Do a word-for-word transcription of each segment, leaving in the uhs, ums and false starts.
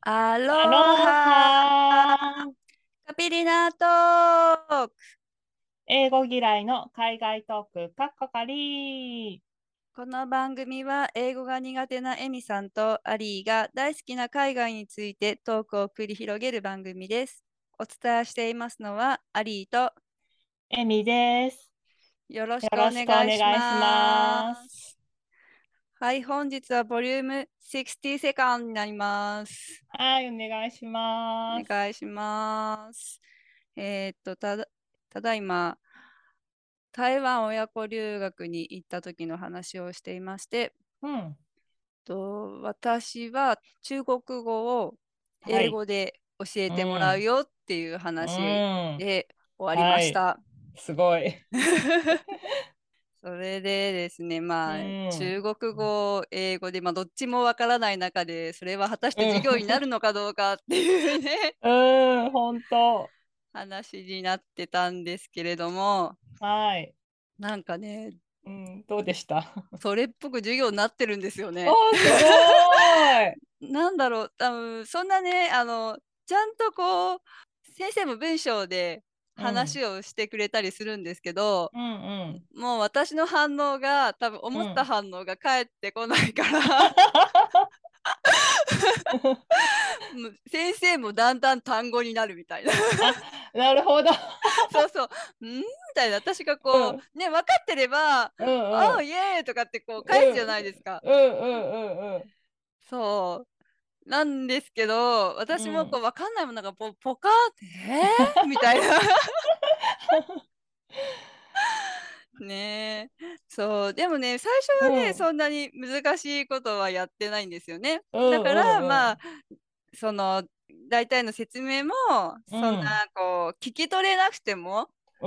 アアロロハハ。 カピリナトーク。 英語嫌いの海外トーク、カッコカリ。 この番組は英語が苦手なエミさんとアリーが大好きな海外についてトークを繰り広げる番組です。お伝えしていますのはアリーと、 エミです。 よろしくおよろしくお願いし願いします。 ます。はい、本日はボリュームろくじゅうセカンドになります。 はい、お願いします。 お願いします。えーっと、ただ、ただいま、台湾親子留学に行った時の話をしていまして、 うん。 と私は中国語を英はい。 語で教えうてもらうん。 よっていうう話ん。 で終わりまはい。 した。 すごい。 それでですね、 うまあ、 ん。 中国語、英語で、まあ、どっちもわからない中で、それは果たしうて授業になるん。 のかどうかっていうね、 うん、ほんと。 話になってたんですけれども、 はい。 なんかね、 うん、どうでした？ それっぽく授業になってるんですよおね。 ー、すごーい。 なんだろう、多分そんなね、あの、ちゃんとこう、先生も文章でうん。 話をしてくれたりするんですけど、 うんうん。 もう私の反応が、多分思ったうん。 反応が返ってこないから、もう先生もだんだん単語になるみたいな。 あ、なるほど。 そうそう、「ん？」みたいな、私がうん。 こう、ね、分かってれば、 うんうん。 「ああ、イエーイ」とかってこううん。 返すじゃないですか。 うんうんうんそう。なんですけど、 うん。 私もこううん。 分かんないものがポポカーって、「えー？」みたいな。ねえ。そう、でもね、最初はね、 うん。 そんなに難しいことはやってないんですよね。 うんだから、 うんまあ、その、大体の説明も、 うそんなん。 こう聞き取れなくても、 うん。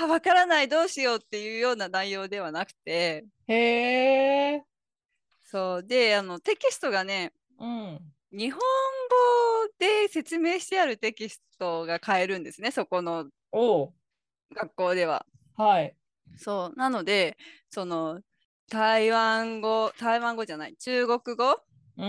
あ、わからない、どうしようっていうような内容ではなくて、 へえ。 そう、で、あの、テキストがね、 うん。 日本語で説明してあるテキストが買えるんですね、そこのおう。 学校では。 はい。 そう。なので、その、台湾語、台湾語じゃない、中国語うん。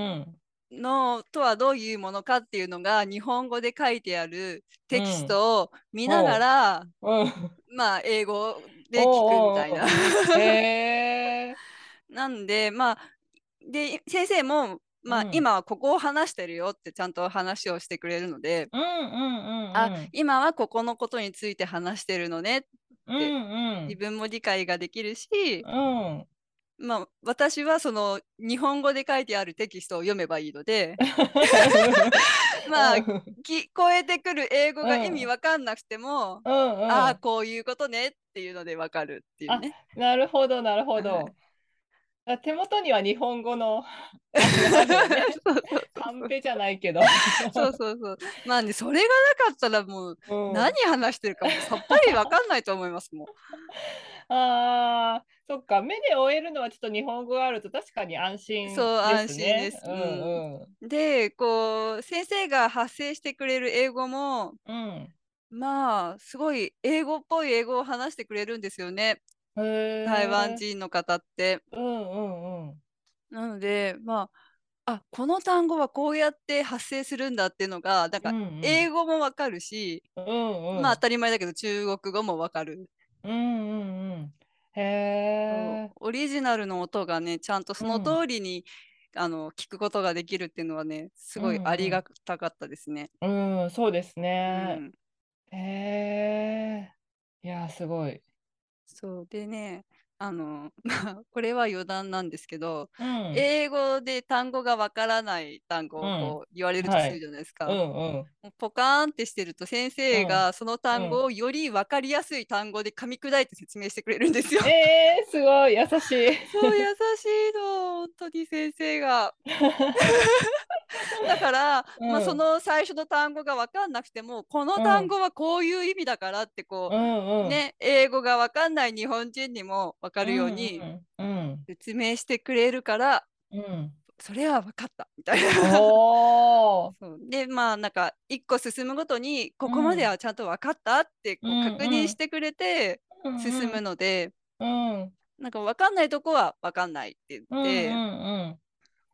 のとはどういうものかっていうのが日本語で書いてあるテキスうん。 トを見ながおう。 ら、 うん。 まあ、英語で聞くみおうたいな。 おうおう。へえ。 なんで、まあ、で、先生も、まあ、 うん。 今はここを話してるよってちゃんと話をしてくれるので、 うんうんあ、 うんうん。 今はここのことについて話してるのねっうてんうん。 自分も理解ができるし、 うん。 まあ、私はその日本語で書いてあるテキストを読めばいいので、まあ、聞こえてくる英語が意味うん。 わかんなくても、 うんああ、 うん。 こういうことねっていうのでわかるっていうあ、 ね。 なるほど、なるほはい。 ど。あ、手元には日本語のあれがあるのね。 そうそうそうそう。 カンペじゃないけど。 そうそうそう。まあね、それがなかったらもうう何ん。 話してるかもうさっぱりわかんないと思いますもん。 ああ、そっか。目で追えるのはちょっと日本語があると確かに安そう、 心で安すね。 心です。 ううんんうん。 で、こう、先生が発声してくれる英語も、 うん。 まあ、すごい英語っぽい英語を話してくれるんですよね。 へ台湾え。 人の方って。 うんうんうん。 なので、まあ、あ、この単語はこうやって発声するんだっていうのが、なんうんかうん。 英語もわかるし、 うんうん。 まあ当たり前だけど中国語もわかる。 うんうんうん。へそうえ。 オリジナルの音がね、ちゃんとそのうん。 通りにあの聞くことができるっていうのはね、すうごいありがんたかったですね。 うん。うん、そうですね。 うん。 へえ。いや、すごい。 そうでね、あの、まあ、これは余談なんですけど、 うん。 英語で単語がわからない単語をうん。 こう言われるとするはい。 じゃないですうか。 んうん。 もうポカーンってしてると先うん。 生がその単語うん。 をより分かりやすい単語で噛み砕いて説明してくれるんですよ。 えー、すごい、優しい。 そう優しいの、本当に先生が。だから、まあ、そうん。 の最初の単語が分かんなくても、このうん。 単語はこういう意味だからってこうんうん。 う、ね、英語が分かんない日本人にも分かうるようにんうん。うん。 説明してくれるから、 うん。 それは分かったみたいな。 おー。 そうで、まあ、なんか、一個進むごとに、ここまでうん。 はちゃんと分かったってうこう確認しんうん。 てくれて進むうんので、 うん。うん。 なんか分かんないとこは分かんないって言っうんうて、 んうん。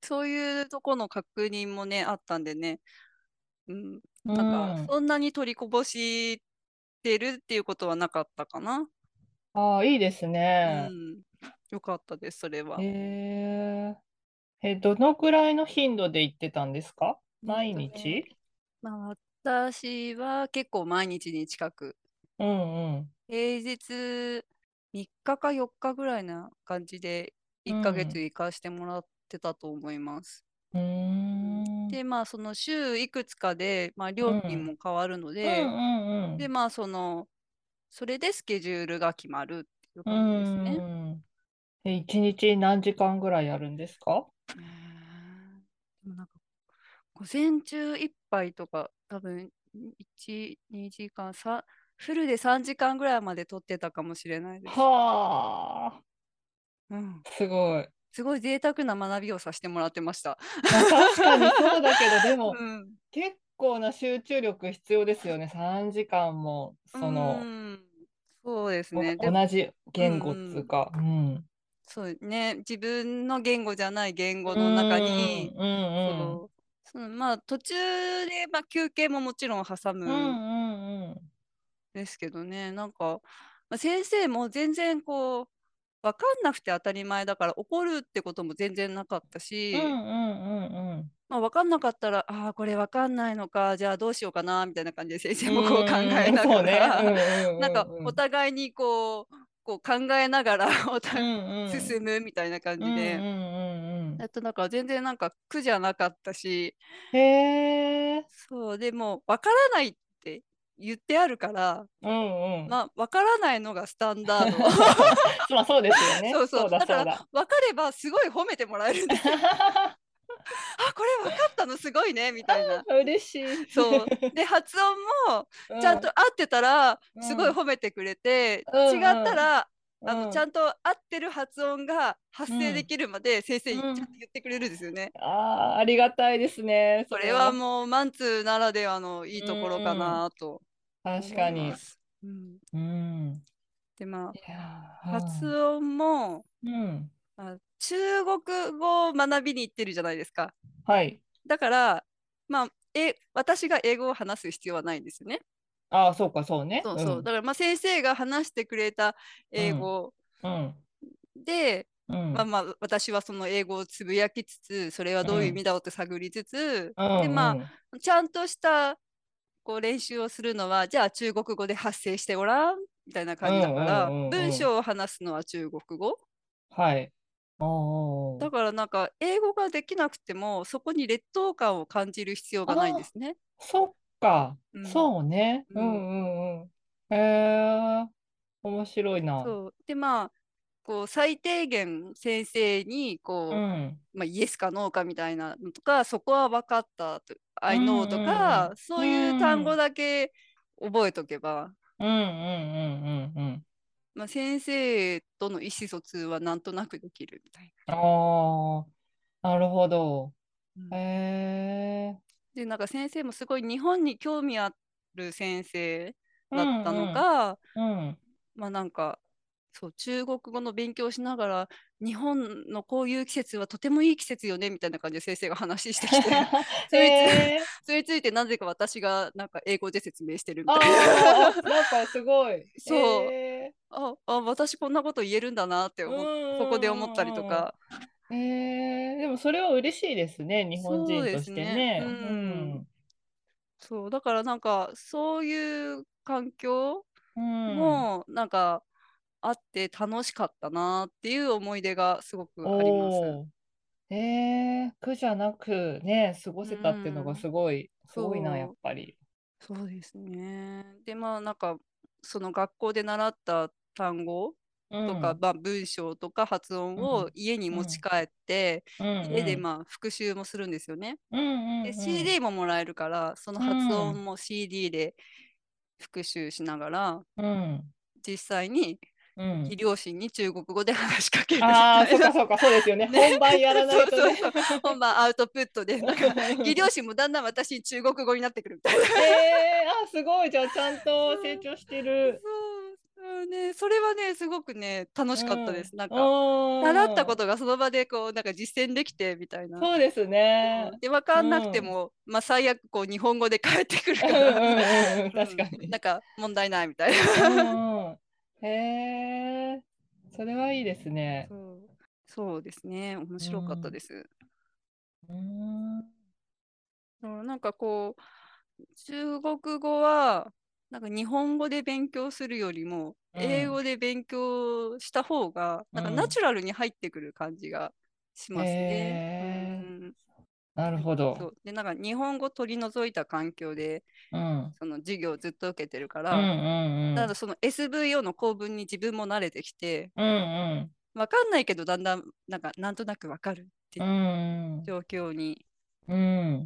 そういうとこの確認もね、あったんでね、うん、 うなんかん。 そんなに取りこぼしてるっていうことはなかったかな。 ああ、いいですうね。 ん、よかったです、それへは。 え。え、どのくらいの頻度で行ってたんですか？ うん毎とね、 日？ まあ、私は結構毎日に近く、 うんうん。 平日みっかかよっかぐらいな感じでういっかげつん。 行かしてもらってたと思います。 うーうん、 ん。 で、まあ、その週いくつかで、まあ、料金うん。 も変わるのうんで、で、 うんまあ、その、それでスケジュールが決まるっていうう感じですね。 ん。うん。え、一日何時間ぐらいやるんですか？ へーでもなんか午前中いっぱいとか、多分いち、にじかん、さフルでさんじかんぐらいまで撮ってたかもしれないです。 はうん。 あ、すごい。 すごい贅沢な学びをさせてもらってました。 まあ確かにそうだけど、でもうん。 結構な集中力必要ですよね。さんじかんも、 うその、 ーん。そうですね。で、 お同じうん言語っうん。 つうか。うん。 そうね。自分の言語じゃない言う語の中に、 ん、うん、うん。 そう、そのまあ途中で、まあ、休憩ももちろん挟うん、 むうん、うん。 ですけどね、なんか、まあ、先生も全然こう、分かんなくて当たり前だから怒るってことも全然なかったうん、うし、 ん、うん、 まあ、分かんなかったら、ああ、これ分かんないのか、じゃあどうしようかな、みたいな感じで先生うもこう考ん。うーん、 えながそうね。うん、 ら、なんかうん、うおん、 互いにこう、こう考えながらおうん。う互いん、うん。 進むみたいな感うん、うじで、 ん、うん、 えっと、だから全然なんか苦じゃなかったし、 うん。へえ。 そう、でも分からないって言ってあるから、 うん、うん。 まあ、分からないのがスタンダード。 まあそうですよね。 そうそう。 そうだ、 だから、 そうだ。 分かればすごい褒めてもらえるんですよ。あ、これ分かったのすごいね、みたいな。 嬉しい。 そう。で、発音もうん、 ちゃんと合ってたら、すごいうん、 褒めてくれて、 う違ったん、 ら、 うあの、ちゃん、 んと合ってる発音が発うん、 生できるまで先生うちゃんとん。 言ってくれるんですよね。 ああ、ありがたいですね、 これはそれは。 もうマンツーならではのいいうところかん、 なと思確かに。 います。うん、 うん。 で、まあ、 いや発ー、 音も、 うん。 あ、中国語を学びに行ってるじゃないですか。 はい。 だから、まあ、え、私が英語を話す必要はないんですよね。 ああ、そうか、そうね。 そうそう。だうん。 から、まあ、先生が話してくれたうん。 英語うん。 で、まあうん。 まあ、私はその英語をつぶやきつつ、それはどういう意味うん。 だろうって探りつつ、 うで、まん。 あ、ちゃんとしたこう練習をするのは、じゃあ中国語で発声してごらんみたいなうん。う感じだから、 ん。うん。うん。 文章を話すのは中国語。 はい。おー。 だからなんか英語ができなくてもそこに劣等感を感じる必要がないんでああ、 すね。 そっか。 うん。 そうね。 うん。 うん。うん。うん。へえ、面白いな。 そう。でまあこう最低限先生にこうん。 う、まあ、イエスかノーかみたいなのとかそこは分かったとう I know とかん。うん。 そういう単語うん。 だけ覚えとけば、 うん。うん。うん。うん。 まあ、先生との意思疎通はなんとなくできるみたいああ、なるほど。 な。うへん、 え。 でなんか先生もすごい日本に興味ある先生うだったのん。 が、 うん。うん。 まあなんか、そう、中国語の勉強をしながら、日本のこういう季節はとてもいい季節よね、みたいな感じで先生が話してきて、そへれにつ、 え。 それについてなぜか私がなんか英語で説明してるみたいな。 あーあ、なんかすごい。へそう、 え。 あ、あ、私こんなこと言えるんだなってうん思っ、そこで思ったりとうんうんか。 うん。へえ。でもそれは嬉しいですね。日本そうで人としてすね。うね。うん。 ん。 そう、だからなんか、そういう環境うん。 も、なんか、あって楽しかったなっていう思い出がすごくあります。 おお。へえ。苦じゃなくね、過ごうせたっていうのがん。 すごい、すごいな、やそう、 っぱり。 そうですね。で、まあなんか、その学校で習った単語とか、 うん。 まあ、文章とか発音うん。 を家にうん。 持ち帰って、 うん。 家でまあ復習もするんですよね。 うん。 で、 うん。うん。 シーディー ももらえるから、そのう発ん。 音も シーディー で復習しながら、 うん。 実際に義うん。 両親に中国語で話しかけるみああ、 たいな。 そうかそうか、そうですよね。 ね。 本番やらないとね。 そうそうそう。本番アウトプットで、なんか義両親もだんだん私に中国語になってくるみたいな。 ええー、あ、すごい。じゃあ、ちゃんと成そう長してる。 うんね、それはね、すごくね、楽うしかったでん。 す。なんか、習ったこうん。 とがその場でこう、なんか実践できてみたいな。 そうですね。 うん、で、分うかんなくてん。 も、まあ、最悪こう日本語で返ってくるうんから、 うんうんうん。 うん、 確かに。 なんか問題ないみたいな。 うんうん。へえ。それはいいですね。 そう、そうですね、面う白かったん。 です。 うん。 そうなんかこう、中国語は、なんか日本語で勉強するよりも、 うん。 英語で勉強した方が、なんかナうん。 チュラルに入ってくる感じがしへますね。うえ。 ん。 なるなんほど。 かそう。で、なんか日本語取り除いた環境で、 うん。 その授業をずっと受けてるかうんうら、ただんその エスブイオー の構文に自分も慣れてきて、 うん。うんわかんないけどだんだんなんかなんとなくわかるってういうん。 状況に、 うん。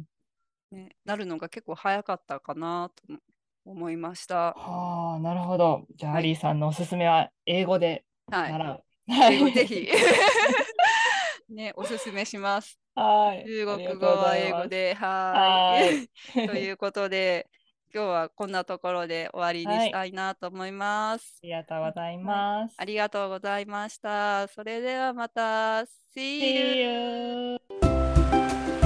ね、なるのが結構早かったかなと思いました。 はあ、なるほど。じゃあ、アはい。 リーさんのおすすめは英語ではい。 習う。は英語ぜい。 ひね、おすすめします。 はい。あ中りがとうご国語はざいます。 英語で、はーい。 はい。 ということで、今日はこんなところで終わりにはい。 したいなと思います。 ありがとうございはい。 ます。 ありがとうございました。それではまた、See See you! you!